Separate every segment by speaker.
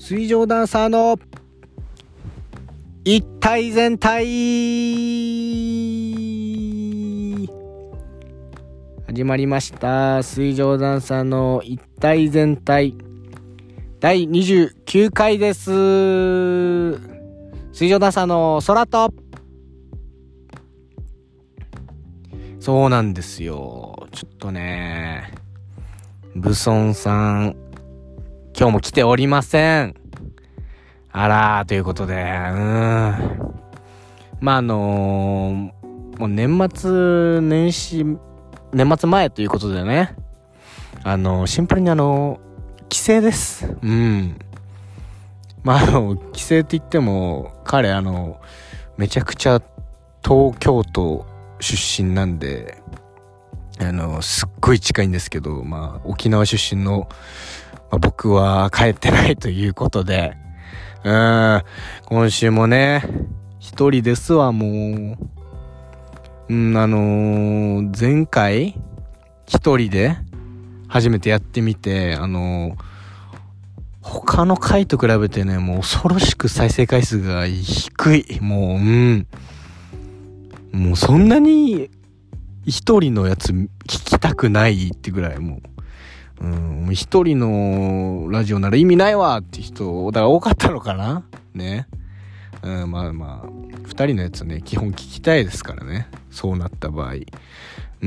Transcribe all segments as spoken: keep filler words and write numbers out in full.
Speaker 1: 水上ダンサーの一体全体。始まりました。水上ダンサーの一体全体だいにじゅうきゅうかいです。水上ダンサーの空と、そうなんですよ。ちょっとね、ブソンさん今日も来ておりません。あらー、ということで、うーん。まあ、あのー、もう年末年始、年末前ということでね、あのー、シンプルにあのー、帰省です。うん。まあ、あの、帰省って言っても、彼、あの、めちゃくちゃ東京都出身なんで、あの、すっごい近いんですけど、まあ、沖縄出身の、まあ、僕は帰ってないということで、うーん、今週もね、一人ですわ、もう。うん、あのー、前回、一人で初めてやってみて、あのー、他の回と比べてね、もう恐ろしく再生回数が低い。もう、うん。もうそんなに一人のやつ聞きたくないってぐらい、もう、うん、一人のラジオなら意味ないわって人、だから多かったのかなね。うん、まあまあ、二人のやつね、基本聞きたいですからね。そうなった場合。うん、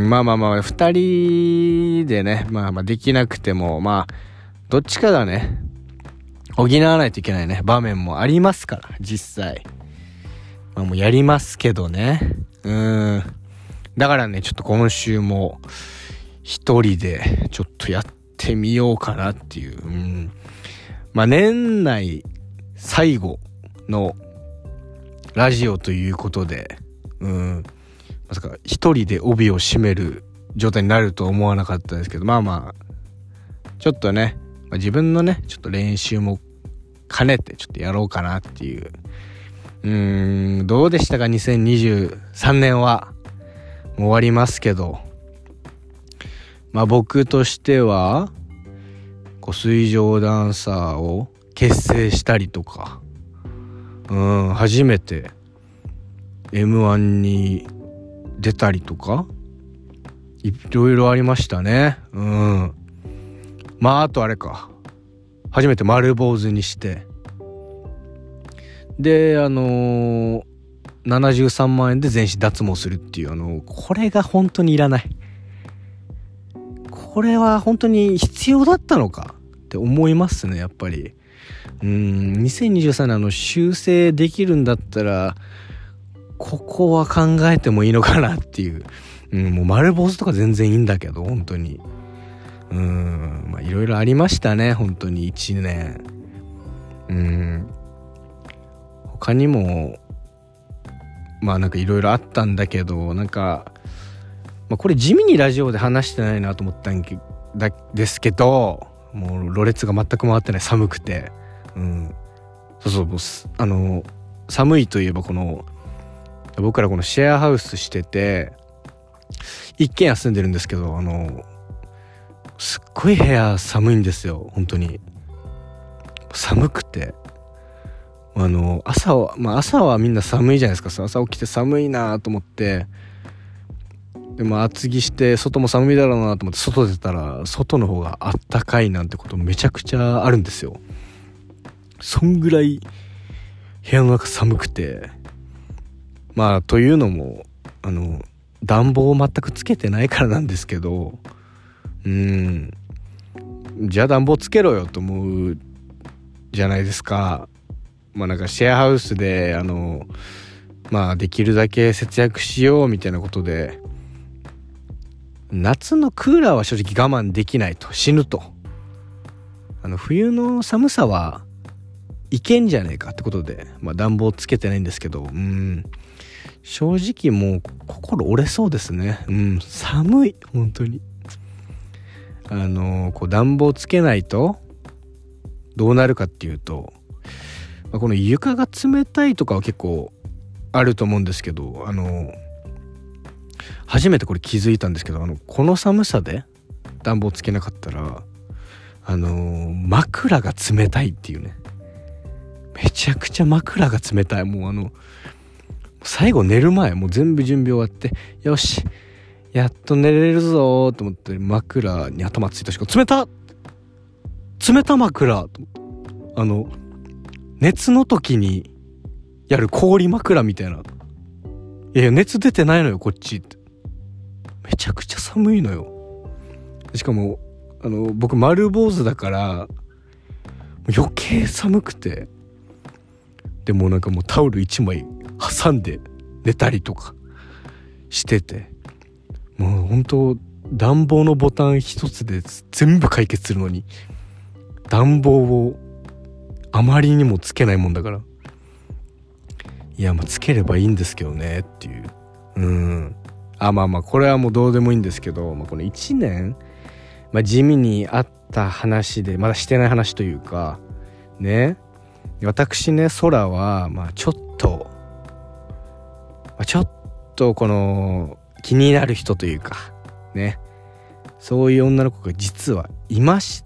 Speaker 1: まあまあまあ、二人でね、まあまあできなくても、まあ、どっちかがね、補わないといけないね、場面もありますから、実際。まあもうやりますけどね。うーん。だからね、ちょっと今週も、一人で、ちょっとやってみようかなっていう。うん。まあ年内最後のラジオということで、うん。まさか一人で帯を締める状態になると思わなかったですけど、まあまあ、ちょっとね、まあ、自分のね、ちょっと練習も兼ねてちょっとやろうかなっていう。うーん、どうでしたかにせんにじゅうさんねんは。もう終わりますけど。まあ僕としては、こう水上ダンサーを結成したりとか、うん、初めて エムワン に出たりとか、いろいろありましたね。うん。まああとあれか、初めて丸坊主にして、であのー、ななじゅうさんまんえんで全身脱毛するっていう、あのー、これが本当にいらない、これは本当に必要だったのかって思いますね、やっぱり。うーん、にせんにじゅうさんねんあの修正できるんだったらここは考えてもいいのかなっていう、うん、もう丸坊主とか全然いいんだけど、本当にうーん、まあいろいろありましたね、本当にいちねん。うーん、他にもまあなんかいろいろあったんだけど、なんか、まあ、これ地味にラジオで話してないなと思ったんだですけど、もうろれつが全く回ってない、寒くて、うん、そうそう、もうあの寒いといえば、この僕らこのシェアハウスしてて一軒家住んでるんですけど、あのすっごい部屋寒いんですよ、本当に寒くて、あの朝は、まあ、朝はみんな寒いじゃないですか。朝起きて寒いなと思って、でも厚着して外も寒いだろうなと思って外出たら、外の方があったかいなんてことめちゃくちゃあるんですよ。そんぐらい部屋の中寒くて、まあというのもあの暖房を全くつけてないからなんですけど、うーん、じゃあ暖房つけろよと思うじゃないですか。まあなんかシェアハウスであのまあできるだけ節約しようみたいなことで、夏のクーラーは正直我慢できないと、死ぬと、あの冬の寒さはいけんじゃねえかってことで、まあ暖房つけてないんですけど、うん、正直もう心折れそうですね。うん、寒い、本当に。あのこう暖房つけないとどうなるかっていうと、まあ、この床が冷たいとかは結構あると思うんですけど、あの初めてこれ気づいたんですけど、あのこの寒さで暖房つけなかったら、 あのー、枕が冷たいっていうね。めちゃくちゃ枕が冷たい。もうあの最後寝る前もう全部準備終わって、よしやっと寝れるぞと思って枕に頭ついたしか冷た冷た枕と思って、あの熱の時にやる氷枕みたいな。いやいや熱出てないのよこっちって。めちゃくちゃ寒いのよ。しかもあの僕丸坊主だから余計寒くて、でもなんかもうタオルいちまい挟んで寝たりとかしてて、もう本当暖房のボタン一つで全部解決するのに、暖房をあまりにもつけないもんだから、いやまあつければいいんですけどねっていう。うんあまあまあこれはもうどうでもいいんですけど、まあ、このいちねん、まあ、地味にあった話でまだしてない話というかね、私ね空はまあちょっと、まあ、ちょっとこの気になる人というかね、そういう女の子が実はいまして、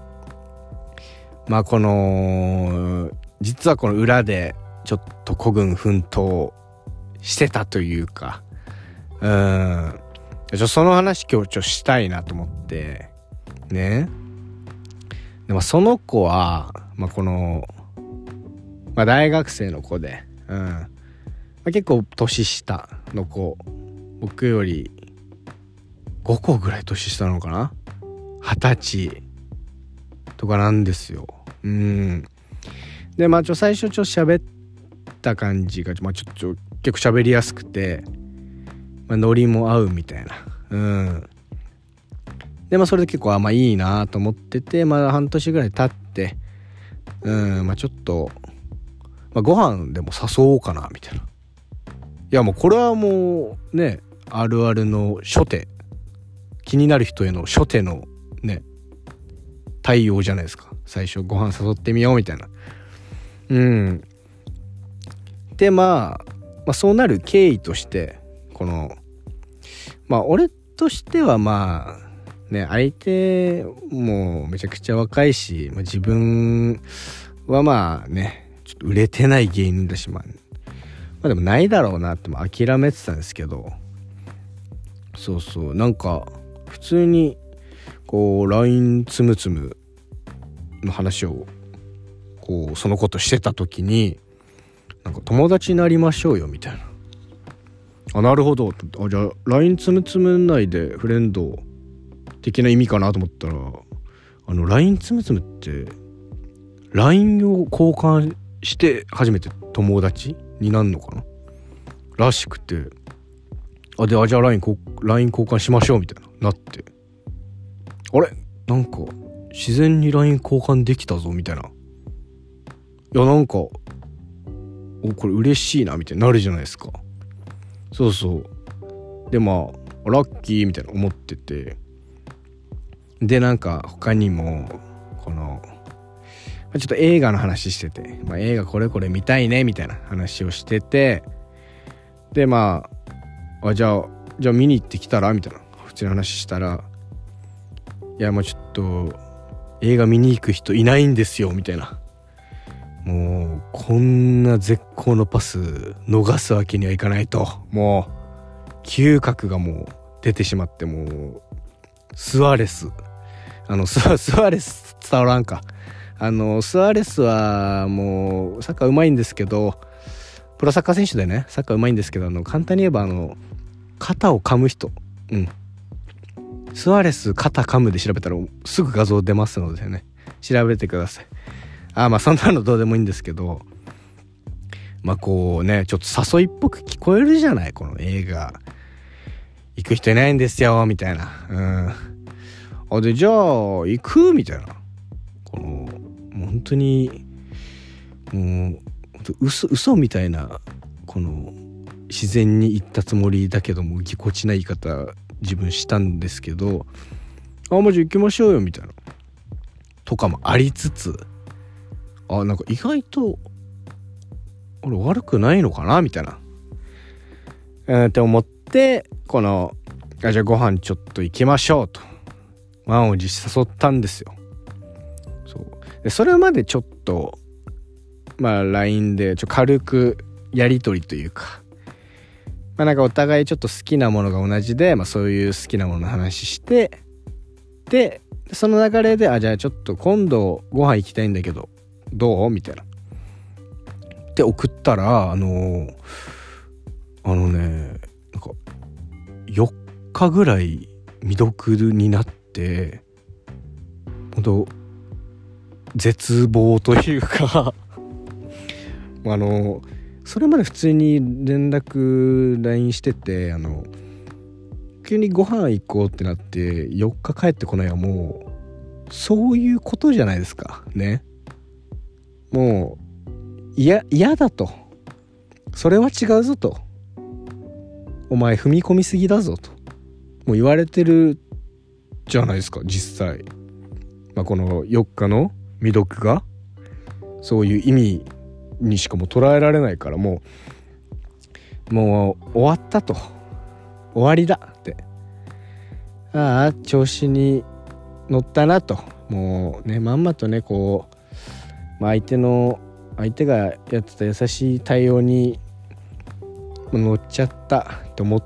Speaker 1: まあこの実はこの裏でちょっと孤軍奮闘してたというか、うんちょその話今日ちょしたいなと思ってね。でもその子はまあこの、まあ、大学生の子で、うんまあ、結構年下の子、僕よりごこぐらい年下なのかな、はたちとかなんですよ。うんでまあちょ最初ちょっと喋った感じが、まあ、ちょっと結構喋りやすくて、まあ、ノリも合うみたいな。うんでまあそれで結構あまあいいなと思ってて、まあ半年ぐらい経って、うんまあちょっと、まあ、ご飯でも誘おうかなみたいな。いやもうこれはもうねあるあるの初手、気になる人への初手のね対応じゃないですか。最初ご飯誘ってみようみたいな。うんでまあ、まあそうなる経緯としてこのまあ俺としてはまあね相手もめちゃくちゃ若いし、まあ、自分はまあねちょっと売れてない芸人だし、まあ、まあでもないだろうなっても諦めてたんですけど、そうそうなんか普通にこう ライン つむつむの話をこうそのことしてた時に、なんか友達になりましょうよみたいな。あなるほど、あじゃあ ライン つむつむ内でフレンド的な意味かなと思ったら、あの ライン つむつむって ライン を交換して初めて友達になるのかならしくて、あであじゃあ ライン 交換しましょうみたいななって、あれなんか自然に ライン 交換できたぞみたいな。いやなんかおこれ嬉しいなみたいになるじゃないですか。そうそうでまあラッキーみたいな思ってて、でなんか他にもこのちょっと映画の話してて、まあ、映画これこれ見たいねみたいな話をしてて、でまああじゃあじゃあ見に行ってきたらみたいな普通の話したら、いやもうちょっと映画見に行く人いないんですよみたいな。もうこんな絶好のパス逃すわけにはいかないと、もう嗅覚がもう出てしまって、もうスアレスあのスア、スアレス伝わらんか、あのスアレスはもうサッカーうまいんですけど、プロサッカー選手でねサッカーうまいんですけど、あの簡単に言えばあの肩を噛む人、うんスアレス肩噛むで調べたらすぐ画像出ますのでね、調べてください。あまあそんなのどうでもいいんですけど、まあこうねちょっと誘いっぽく聞こえるじゃない、この映画行く人いないんですよみたいな。うんあでじゃあ行くみたいな、このもう本当にもう嘘嘘みたいな、この自然に言ったつもりだけどもぎこちない言い方自分したんですけど、あマジ行きましょうよみたいなとかもありつつ、あなんか意外と俺悪くないのかなみたいな、えー、って思って、このあじゃあご飯ちょっと行きましょうと満を持して誘ったんですよ。 でそれまでちょっとまあ ライン でちょ軽くやり取りというか、まあなんかお互いちょっと好きなものが同じで、まあそういう好きなものの話して、でその流れで、あじゃあちょっと今度ご飯行きたいんだけどどうみたいなで送ったら、あのー、あのねなんかよっかぐらい未読になって、本当絶望というかあのそれまで普通に連絡 ライン してて、あの急にご飯行こうってなってよっか帰ってこないはもうそういうことじゃないですかね。もう嫌嫌だと、それは違うぞと、お前踏み込みすぎだぞともう言われてるじゃないですか実際。まあ、このよっかの未読がそういう意味にしかも捉えられないから、もうもう終わったと、終わりだって、ああ調子に乗ったなと、もうねまんまとねこう、まあ、相手の相手がやってた優しい対応に乗っちゃったと思って、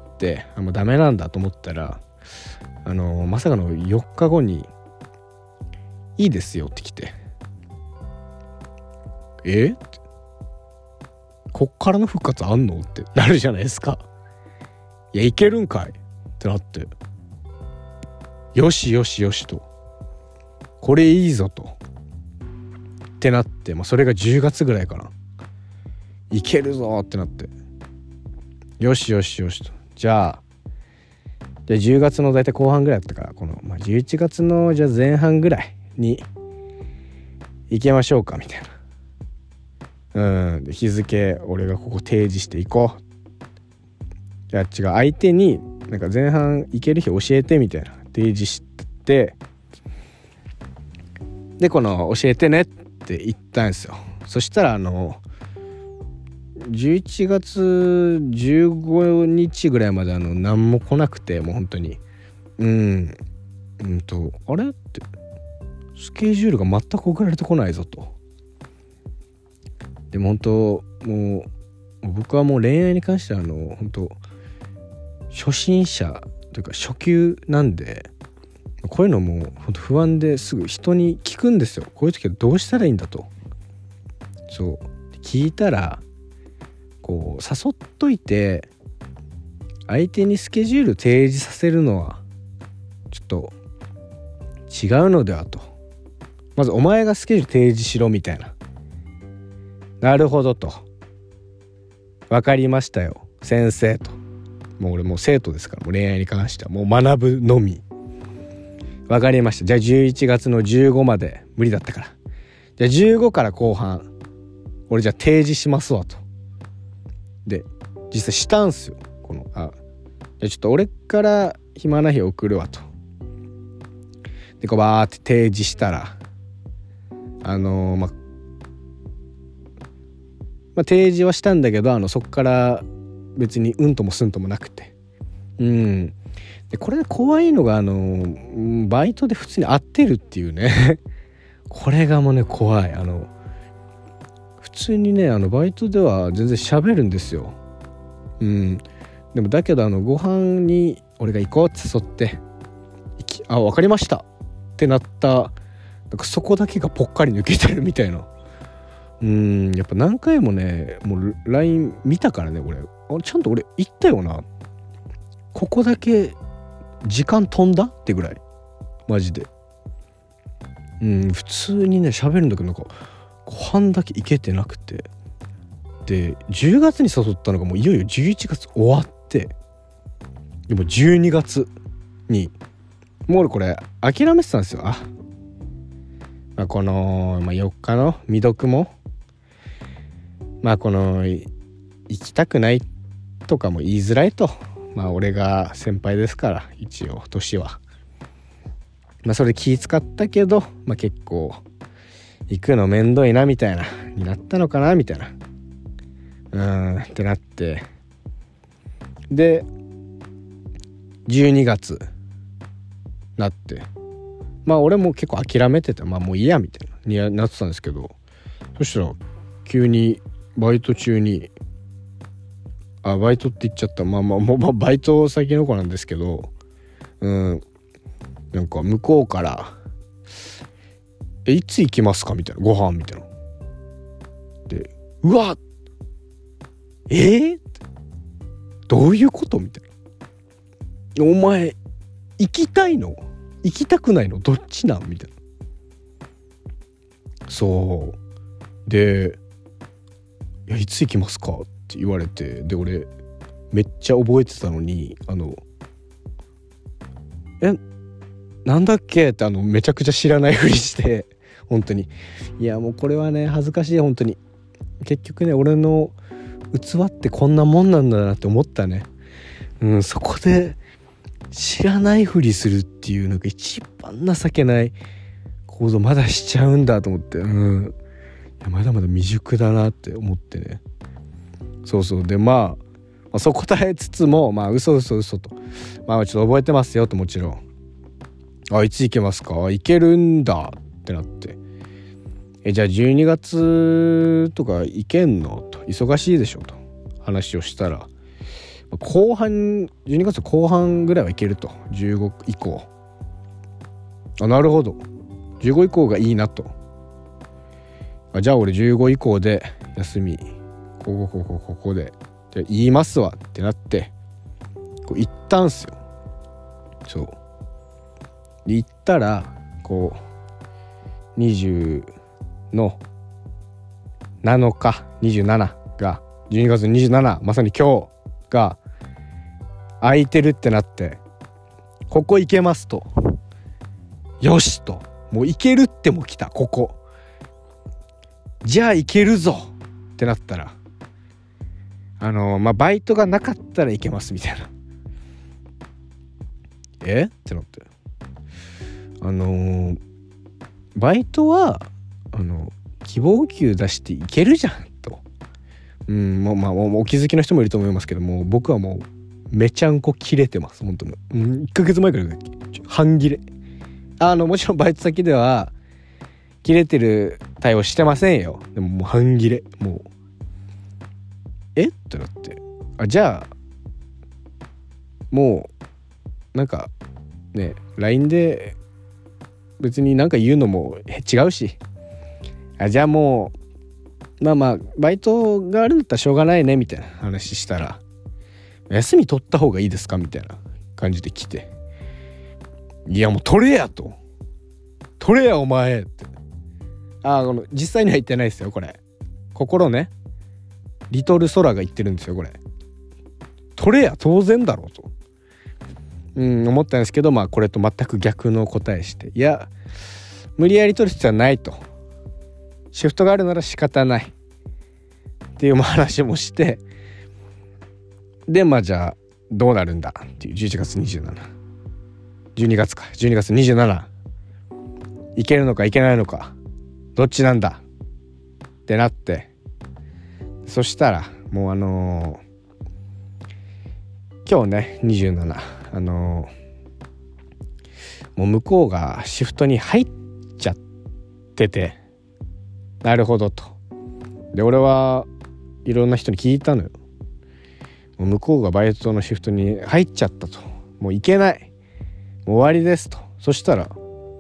Speaker 1: あもうダメなんだと思ったら、あのまさかのよっかごにいいですよって来て、えこっからの復活あんのってなるじゃないですか。いやいけるんかいってなって、よしよしよしと、これいいぞとってなって、まあ、それがじゅうがつぐらいかな、いけるぞってなって、よしよしよしと、じゃあじゃあじゅうがつのだいたい後半ぐらいだったから、この、まあ、じゅういちがつのじゃあ前半ぐらいに行きましょうかみたいな。うんで日付俺がここ提示していこう、いや違う相手になんか前半行ける日教えてみたいな提示して、でこの教えてねって言ったんですよ。そしたらあのじゅういちがつじゅうごにちぐらいまであの何も来なくて、もう本当にうんうんとあれってスケジュールが全く送られてこないぞと。でも本当もう僕はもう恋愛に関してはあの本当初心者というか初級なんで、こういうのも本当不安ですぐ人に聞くんですよ。こういう時はどうしたらいいんだと。そう聞いたらこう誘っといて相手にスケジュール提示させるのはちょっと違うのではと。まずお前がスケジュール提示しろみたいな。なるほどと、分かりましたよ先生と。もう俺もう生徒ですから、もう恋愛に関してはもう学ぶのみ。分かりました、じゃあじゅういちがつのじゅうごまで無理だったから、じゃあじゅうごから後半俺じゃあ提示しますわと。で実際したんすよ。このあじゃあちょっと俺から暇な日送るわと。でこうバーって提示したらあのー、まあまあ、提示はしたんだけど、あのそっから別にうんともすんともなくて、うんでこれで怖いのがあのバイトで普通に会ってるっていうねこれがもうね怖い。あの普通にねあのバイトでは全然喋るんですよ。うんでもだけどあのご飯に俺が行こうって誘ってあ分かりましたってなった、なんかそこだけがぽっかり抜けてるみたいな。うーんやっぱ何回もねもう ライン 見たからね俺、あれちゃんと俺言ったよな、ここだけ時間飛んだってぐらいマジで。うん普通にね喋るんだけどなんか後半だけいけてなくて、でじゅうがつに誘ったのがもういよいよじゅういちがつ終わって、でもじゅうにがつにもう俺これ諦めてたんですよ。あ、まあ、この、まあ、よっかの未読もまあこの行きたくないとかも言いづらいと。まあ俺が先輩ですから一応年はまあそれ気使ったけど、まあ結構行くのめんどいなみたいなになったのかなみたいなうーんってなって、でじゅうにがつなってまあ俺も結構諦めてて、まあもういいやみたいなになってたんですけど、そしたら急にバイト中に、あバイトって言っちゃった、まあまあもう、まあ、バイト先の子なんですけど、うんなんか向こうから「えいつ行きますか?」みたいな、ご飯みたいなで、うわえー、どういうことみたいな、お前行きたいの行きたくないのどっちなんみたいな。そうで、いやいつ行きますかって言われて、で俺めっちゃ覚えてたのに、あのえなんだっけってあのめちゃくちゃ知らないふりして本当に、いやもうこれはね恥ずかしい本当に。結局ね俺の器ってこんなもんなんだなって思ったね。うんそこで知らないふりするっていうのが一番情けない行動まだしちゃうんだと思って、うんいやまだまだ未熟だなって思ってね。そうそうで、まあ、まあそう答えつつも、まあ嘘嘘嘘と、まあちょっと覚えてますよと、もちろん、あいつ行けますか、行けるんだってなって、えじゃあじゅうにがつとか行けんのと、忙しいでしょと話をしたら、後半じゅうにがつ後半ぐらいは行けると、じゅうご以降、あなるほどじゅうご以降がいいなと、あじゃあ俺じゅうご以降で休みここここここでで言いますわってなってこう行ったんすよ。そうで行ったらこうにじゅうのなのかにじゅうなながじゅうにがつのにじゅうなな、まさに今日が空いてるってなって、ここ行けますと、よしと、もう行けるっても来た、ここじゃあ行けるぞってなったら、あのー、まあバイトがなかったら行けますみたいな、えってなって、あのー、バイトはあの希望給出して行けるじゃんと、うんもうまあもうお気づきの人もいると思いますけども、僕はもうめちゃんこ切れてます本当に、うん、いっかげつまえから半切れ、あのもちろんバイト先では切れてる対応してませんよ。でももう半切れ、もうえってなって、あじゃあもうなんかね ライン で別になんか言うのも違うし、あじゃあもうまあまあバイトがあるんだったらしょうがないねみたいな話したら、休み取った方がいいですかみたいな感じで来て、いやもう取れやと、取れやお前って、あこの実際には言ってないですよこれ、心ねリトルソラが言ってるんですよこれ、取れや当然だろうと、うん思ったんですけど、まあこれと全く逆の答えして、いや無理やり取る必要はないと、シフトがあるなら仕方ないっていう話もして、でまあじゃあどうなるんだっていう、じゅういちがつにじゅうしち、じゅうにがつかじゅうにがつにじゅうしち、いけるのかいけないのかどっちなんだってなって、そしたらもうあのー、今日ねにじゅうしち、あのー、もう向こうがシフトに入っちゃってて、なるほどと、で俺はいろんな人に聞いたのよ、もう向こうがバイトのシフトに入っちゃったと、もう行けない、もう終わりですと。そしたら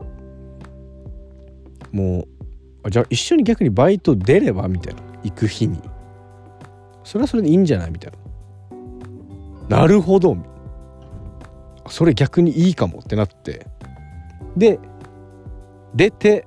Speaker 1: もうじゃあ一緒に逆にバイト出ればみたいな、行く日にそれはそれでいいんじゃないみたいな、なるほどそれ逆にいいかもってなって、で出て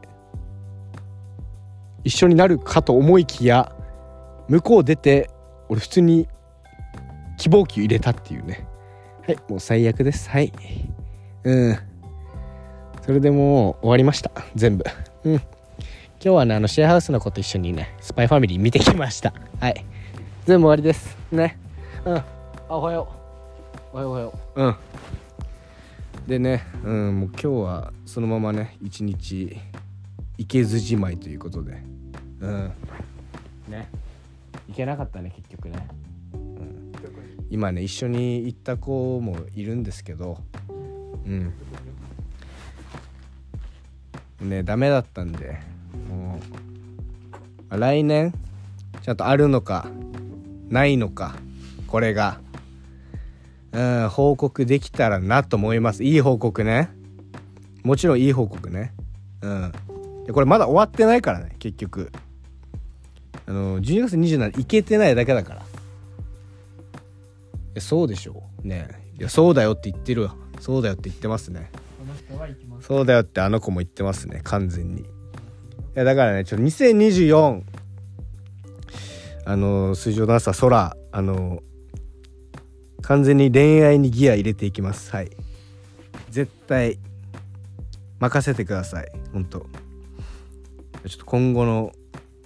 Speaker 1: 一緒になるかと思いきや、向こう出て俺普通に希望給入れたっていうね、はいもう最悪です、はいうんそれでもう終わりました全部。うん今日はねあのシェアハウスの子と一緒にねスパイファミリー見てきました。はい全部終わりですね。うんあおはようおはようおはよう。うんでね、うん、もう今日はそのままね一日行けずじまいということで、うんね行けなかったね結局ね、うん、今ね一緒に行った子もいるんですけど、うんねダメだったんで、もう来年ちゃんとあるのかないのか、これがうん報告できたらなと思います。いい報告ね、もちろんいい報告ね。うんでこれまだ終わってないからね、結局あのじゅうにがつにじゅうしちにち行けてないだけだから。いやそうでしょうね。いやそうだよって言ってるわ。そうだよって言ってますね。
Speaker 2: この人は行きます。
Speaker 1: そうだよってあの子も言ってますね、完全に。いやだからね、ちょっとにせんにじゅうよんあの水上ダンサー空あの完全に恋愛にギア入れていきます。はい、絶対任せてください。本当ちょっと今後の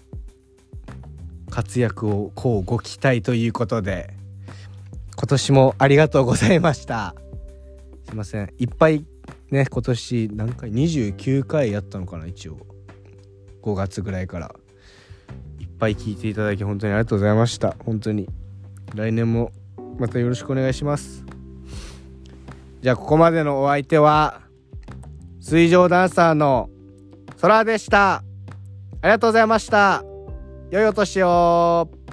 Speaker 1: 活躍をこうご期待ということで、今年もありがとうございました。すいません、いっぱいね、今年何回にじゅうきゅうかいやったのかな、一応ごがつぐらいからいっぱい聞いていただき本当にありがとうございました。本当に来年もまたよろしくお願いします。じゃあここまでのお相手は水上ダンサーの空でした。ありがとうございました。良いお年を。